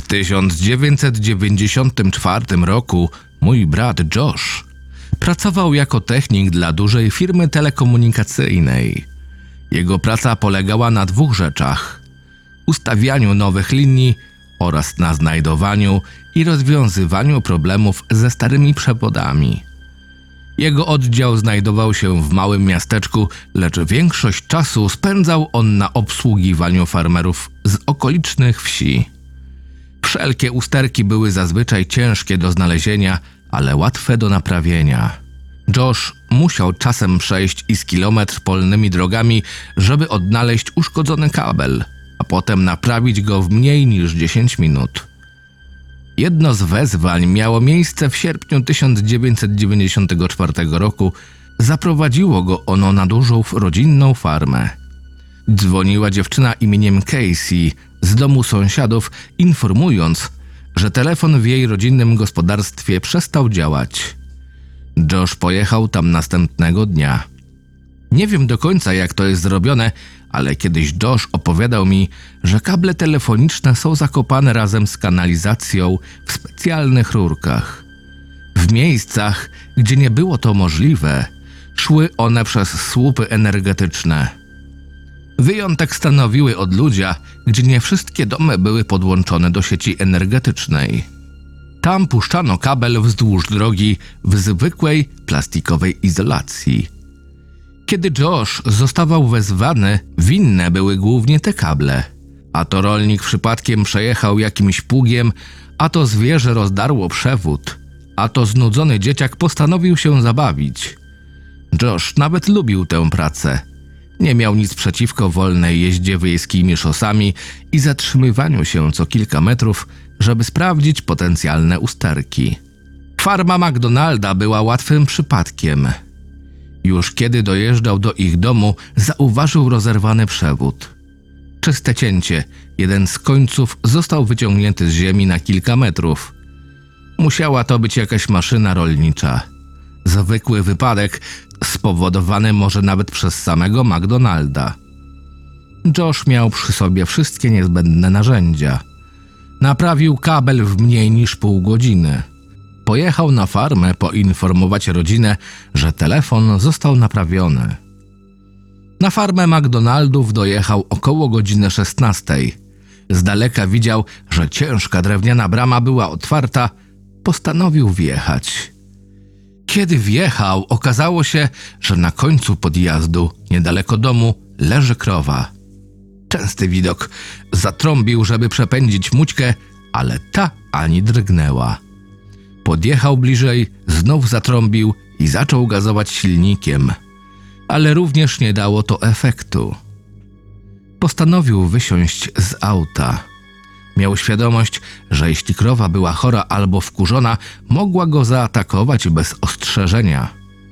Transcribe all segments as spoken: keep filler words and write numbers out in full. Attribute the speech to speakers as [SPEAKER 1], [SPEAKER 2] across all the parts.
[SPEAKER 1] tysiąc dziewięćset dziewięćdziesiątym czwartym roku mój brat Josh pracował jako technik dla dużej firmy telekomunikacyjnej. Jego praca polegała na dwóch rzeczach: ustawianiu nowych linii oraz na znajdowaniu i rozwiązywaniu problemów ze starymi przewodami. Jego oddział znajdował się w małym miasteczku, lecz większość czasu spędzał on na obsługiwaniu farmerów z okolicznych wsi. Wszelkie usterki były zazwyczaj ciężkie do znalezienia, ale łatwe do naprawienia. Josh musiał czasem przejść i z kilometr polnymi drogami, żeby odnaleźć uszkodzony kabel, a potem naprawić go w mniej niż dziesięć minut. Jedno z wezwań miało miejsce w sierpniu tysiąc dziewięćset dziewięćdziesiątego czwartego roku. Zaprowadziło go ono na dużą rodzinną farmę. Dzwoniła dziewczyna imieniem Casey z domu sąsiadów, informując, że telefon w jej rodzinnym gospodarstwie przestał działać. Josh pojechał tam następnego dnia. Nie wiem do końca, jak to jest zrobione, ale kiedyś Josh opowiadał mi, że kable telefoniczne są zakopane razem z kanalizacją w specjalnych rurkach. W miejscach, gdzie nie było to możliwe, szły one przez słupy energetyczne. Wyjątek stanowiły odludzia, gdzie nie wszystkie domy były podłączone do sieci energetycznej. Tam puszczano kabel wzdłuż drogi w zwykłej plastikowej izolacji. Kiedy Josh zostawał wezwany, winne były głównie te kable. A to rolnik przypadkiem przejechał jakimś pługiem, a to zwierzę rozdarło przewód, a to znudzony dzieciak postanowił się zabawić. Josh nawet lubił tę pracę. Nie miał nic przeciwko wolnej jeździe wiejskimi szosami i zatrzymywaniu się co kilka metrów, żeby sprawdzić potencjalne usterki. Farma McDonalda była łatwym przypadkiem. Już kiedy dojeżdżał do ich domu, zauważył rozerwany przewód. Czyste cięcie, jeden z końców został wyciągnięty z ziemi na kilka metrów. Musiała to być jakaś maszyna rolnicza. Zwykły wypadek, spowodowany może nawet przez samego McDonalda. Josh miał przy sobie wszystkie niezbędne narzędzia. Naprawił kabel w mniej niż pół godziny. Pojechał na farmę poinformować rodzinę, że telefon został naprawiony. Na farmę McDonaldów dojechał około godziny szesnastej. Z daleka widział, że ciężka drewniana brama była otwarta. Postanowił wjechać. Kiedy wjechał, okazało się, że na końcu podjazdu, niedaleko domu, leży krowa. Częsty widok. Zatrąbił, żeby przepędzić mućkę, ale ta ani drgnęła. Podjechał bliżej, znów zatrąbił i zaczął gazować silnikiem, ale również nie dało to efektu. Postanowił wysiąść z auta. Miał świadomość, że jeśli krowa była chora albo wkurzona, mogła go zaatakować bez ostrzeżenia.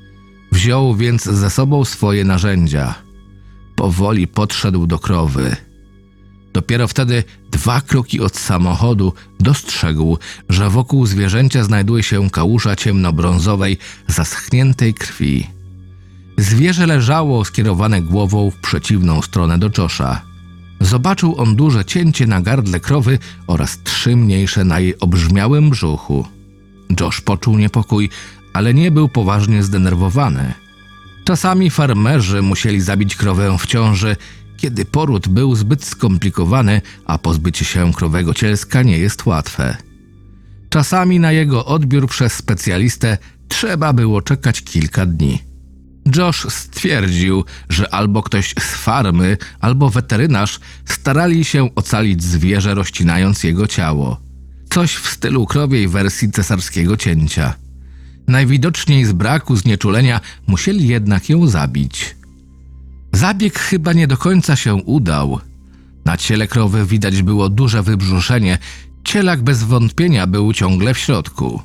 [SPEAKER 1] Wziął więc ze sobą swoje narzędzia. Powoli podszedł do krowy. Dopiero wtedy, dwa kroki od samochodu, dostrzegł, że wokół zwierzęcia znajduje się kałuża ciemnobrązowej, zaschniętej krwi. Zwierzę leżało skierowane głową w przeciwną stronę do Josha. Zobaczył on duże cięcie na gardle krowy oraz trzy mniejsze na jej obrzmiałym brzuchu. Josh poczuł niepokój, ale nie był poważnie zdenerwowany. Czasami farmerzy musieli zabić krowę w ciąży, kiedy poród był zbyt skomplikowany, a pozbycie się krowego cielska nie jest łatwe. Czasami na jego odbiór przez specjalistę trzeba było czekać kilka dni. Josh stwierdził, że albo ktoś z farmy, albo weterynarz starali się ocalić zwierzę, rozcinając jego ciało. Coś w stylu krowiej wersji cesarskiego cięcia. Najwidoczniej z braku znieczulenia musieli jednak ją zabić. Zabieg chyba nie do końca się udał. Na ciele krowy widać było duże wybrzuszenie, cielak bez wątpienia był ciągle w środku.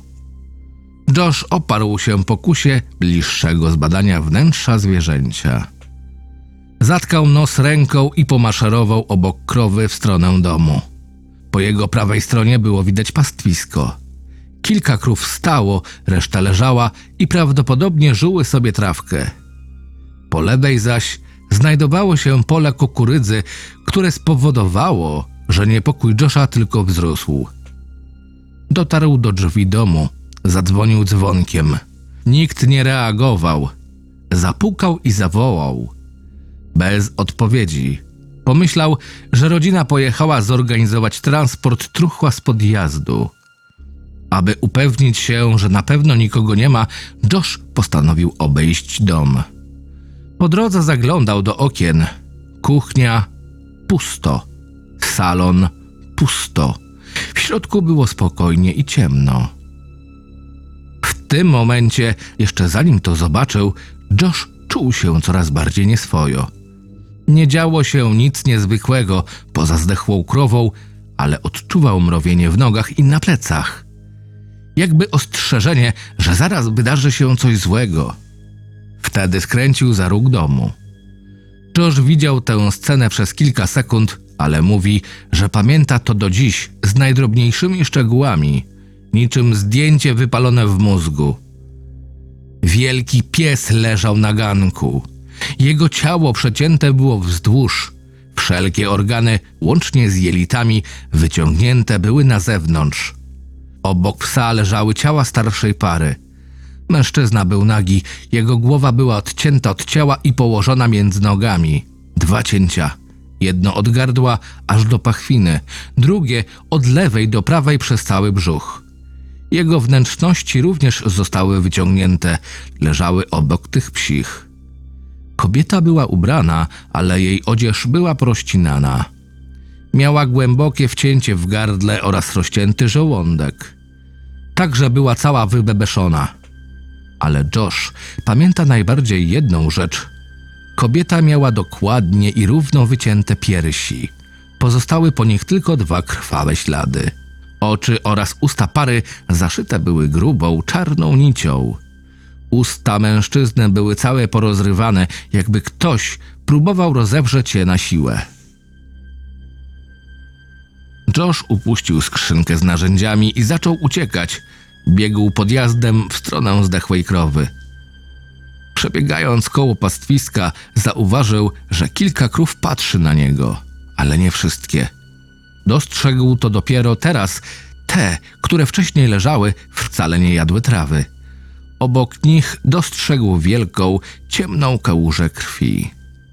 [SPEAKER 1] Josh oparł się pokusie bliższego zbadania wnętrza zwierzęcia. Zatkał nos ręką i pomaszerował obok krowy w stronę domu. Po jego prawej stronie było widać pastwisko. Kilka krów stało, reszta leżała i prawdopodobnie żuły sobie trawkę. Po lewej zaś znajdowało się pole kukurydzy, które spowodowało, że niepokój Josha tylko wzrósł. Dotarł do drzwi domu, zadzwonił dzwonkiem. Nikt nie reagował. Zapukał i zawołał. Bez odpowiedzi. Pomyślał, że rodzina pojechała zorganizować transport truchła z podjazdu. Aby upewnić się, że na pewno nikogo nie ma, Josh postanowił obejść dom. Po drodze zaglądał do okien. Kuchnia pusto. Salon pusto. W środku było spokojnie i ciemno. W tym momencie, jeszcze zanim to zobaczył, Josh czuł się coraz bardziej nieswojo. Nie działo się nic niezwykłego poza zdechłą krową, ale odczuwał mrowienie w nogach i na plecach. Jakby ostrzeżenie, że zaraz wydarzy się coś złego. Wtedy skręcił za róg domu. Josh widział tę scenę przez kilka sekund, ale mówi, że pamięta to do dziś z najdrobniejszymi szczegółami, niczym zdjęcie wypalone w mózgu. Wielki pies leżał na ganku. Jego ciało przecięte było wzdłuż. Wszelkie organy, łącznie z jelitami, wyciągnięte były na zewnątrz. Obok psa leżały ciała starszej pary. Mężczyzna był nagi, jego głowa była odcięta od ciała i położona między nogami. Dwa cięcia. Jedno od gardła aż do pachwiny, drugie od lewej do prawej przez cały brzuch. Jego wnętrzności również zostały wyciągnięte, leżały obok tych psich. Kobieta była ubrana, ale jej odzież była porozcinana. Miała głębokie wcięcie w gardle oraz rozcięty żołądek. Także była cała wybebeszona. Ale Josh pamięta najbardziej jedną rzecz. Kobieta miała dokładnie i równo wycięte piersi. Pozostały po nich tylko dwa krwawe ślady. Oczy oraz usta pary zaszyte były grubą, czarną nicią. Usta mężczyzny były całe porozrywane, jakby ktoś próbował rozewrzeć je na siłę. Josh upuścił skrzynkę z narzędziami i zaczął uciekać. Biegł podjazdem w stronę zdechłej krowy. Przebiegając koło pastwiska, zauważył, że kilka krów patrzy na niego, ale nie wszystkie. Dostrzegł to dopiero teraz. Te, które wcześniej leżały, wcale nie jadły trawy. Obok nich dostrzegł wielką, ciemną kałużę krwi.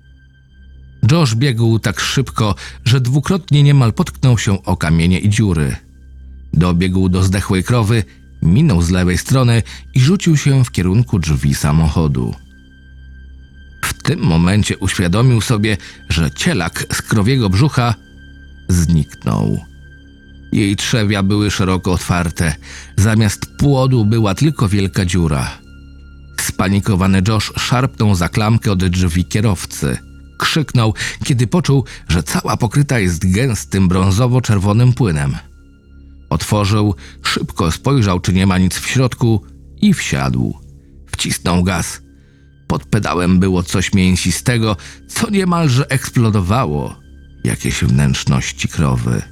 [SPEAKER 1] Josh biegł tak szybko, że dwukrotnie niemal potknął się o kamienie i dziury. Dobiegł do zdechłej krowy, minął z lewej strony i rzucił się w kierunku drzwi samochodu. W tym momencie uświadomił sobie, że cielak z krowiego brzucha zniknął. Jej trzewia były szeroko otwarte. Zamiast płodu była tylko wielka dziura. Spanikowany Josh szarpnął za klamkę od drzwi kierowcy. Krzyknął, kiedy poczuł, że cała pokryta jest gęstym brązowo-czerwonym płynem. Otworzył, szybko spojrzał, czy nie ma nic w środku i wsiadł. Wcisnął gaz. Pod pedałem było coś mięsistego, co niemalże eksplodowało. Jakieś wnętrzności krowy.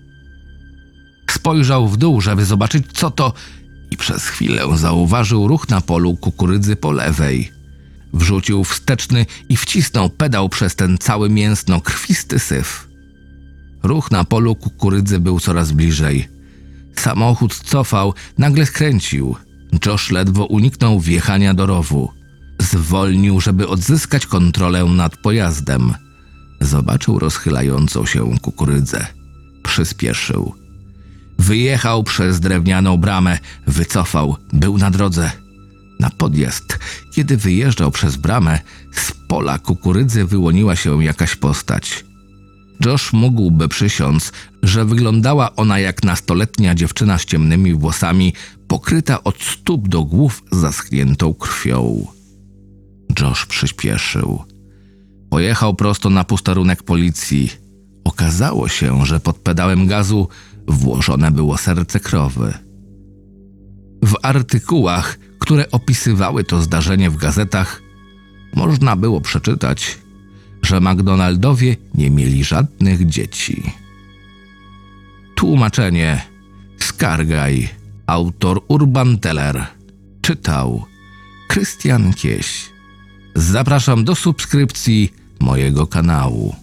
[SPEAKER 1] Spojrzał w dół, żeby zobaczyć, co to, i przez chwilę zauważył ruch na polu kukurydzy po lewej. Wrzucił wsteczny i wcisnął pedał przez ten cały mięsno-krwisty syf. Ruch na polu kukurydzy był coraz bliżej. Samochód cofał, nagle skręcił. Josh ledwo uniknął wjechania do rowu. Zwolnił, żeby odzyskać kontrolę nad pojazdem. Zobaczył rozchylającą się kukurydzę. Przyspieszył. Wyjechał przez drewnianą bramę, wycofał, był na drodze. Na podjazd, kiedy wyjeżdżał przez bramę, z pola kukurydzy wyłoniła się jakaś postać. Josh mógłby przysiąc, że wyglądała ona jak nastoletnia dziewczyna z ciemnymi włosami, pokryta od stóp do głów zaschniętą krwią. Josh przyspieszył. Pojechał prosto na posterunek policji. Okazało się, że pod pedałem gazu włożone było serce krowy. W artykułach, które opisywały to zdarzenie w gazetach, można było przeczytać, że McDonaldowie nie mieli żadnych dzieci. Tłumaczenie Skargaj. Autor Urban Teller. Czytał Krystian Kieś. Zapraszam do subskrypcji mojego kanału.